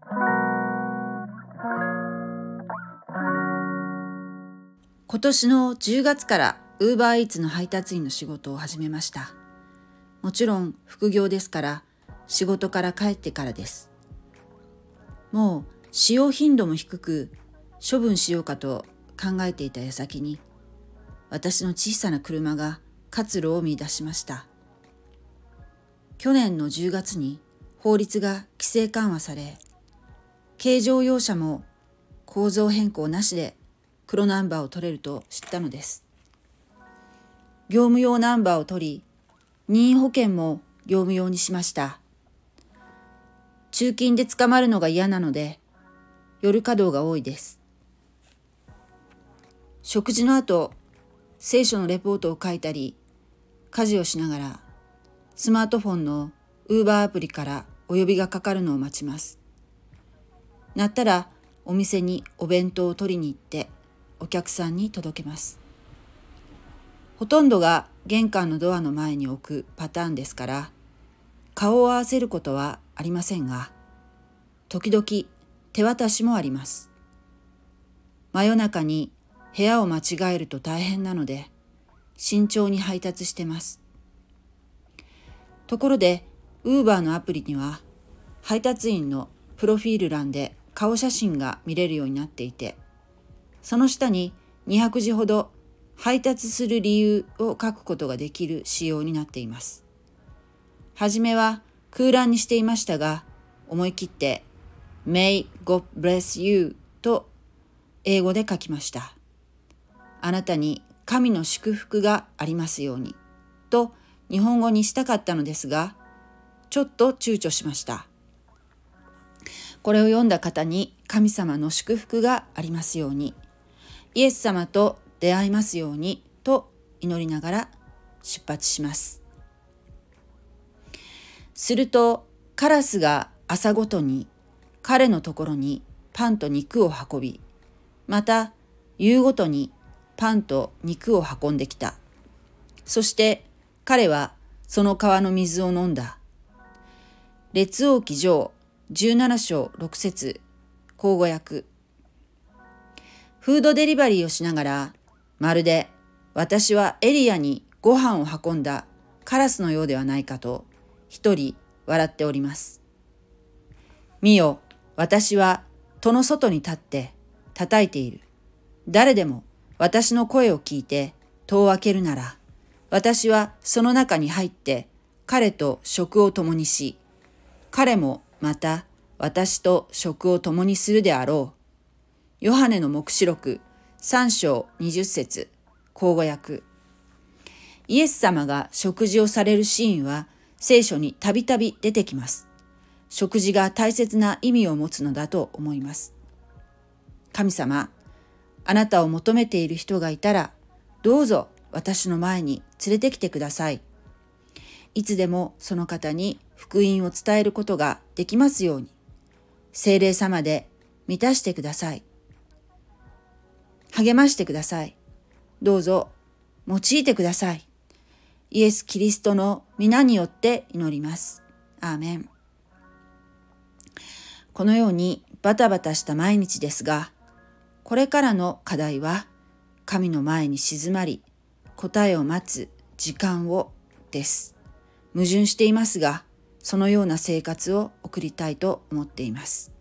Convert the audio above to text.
今年の10月からUber Eatsの配達員の仕事を始めました。もちろん副業ですから仕事から帰ってからです。もう使用頻度も低く処分しようかと考えていた矢先に私の小さな車が活路を見出しました。去年の10月に法律が規制緩和され、軽乗用車も構造変更なしで黒ナンバーを取れると知ったのです。業務用ナンバーを取り、任意保険も業務用にしました。中勤で捕まるのが嫌なので、夜稼働が多いです。食事の後、聖書のレポートを書いたり、家事をしながら、スマートフォンの Uber アプリからお呼びがかかるのを待ちます。鳴ったらお店にお弁当を取りに行ってお客さんに届けます。ほとんどが玄関のドアの前に置くパターンですから、顔を合わせることはありませんが、時々手渡しもあります。真夜中に部屋を間違えると大変なので、慎重に配達してます。ところで、Uber のアプリには、配達員のプロフィール欄で顔写真が見れるようになっていて、その下に200字ほど配達する理由を書くことができる仕様になっています。はじめは空欄にしていましたが、思い切って May God bless you と英語で書きました。あなたに神の祝福がありますようにと日本語にしたかったのですが、ちょっと躊躇しました。これを読んだ方に神様の祝福がありますように、イエス様と出会いますようにと祈りながら出発します。するとカラスが朝ごとに彼のところにパンと肉を運び、また夕ごとにパンと肉を運んできた。そして彼はその川の水を飲んだ。列王記上17章6節口語訳。フードデリバリーをしながら、まるで私はエリアにご飯を運んだカラスのようではないかと一人笑っております。見よ、私は戸の外に立って叩いている。誰でも私の声を聞いて戸を開けるなら、私はその中に入って彼と食を共にし、彼もまた私と食を共にするであろう。ヨハネの黙示録3章20節口語訳。イエス様が食事をされるシーンは聖書にたびたび出てきます。食事が大切な意味を持つのだと思います。神様、あなたを求めている人がいたら、どうぞ私の前に連れてきてください。いつでもその方に福音を伝えることができますように、聖霊様で満たしてください。励ましてください。どうぞ用いてください。イエス・キリストの皆によって祈ります。アーメン。このようにバタバタした毎日ですが、これからの課題は神の前に静まり、答えを待つ時間をです。矛盾していますが、そのような生活を送りたいと思っています。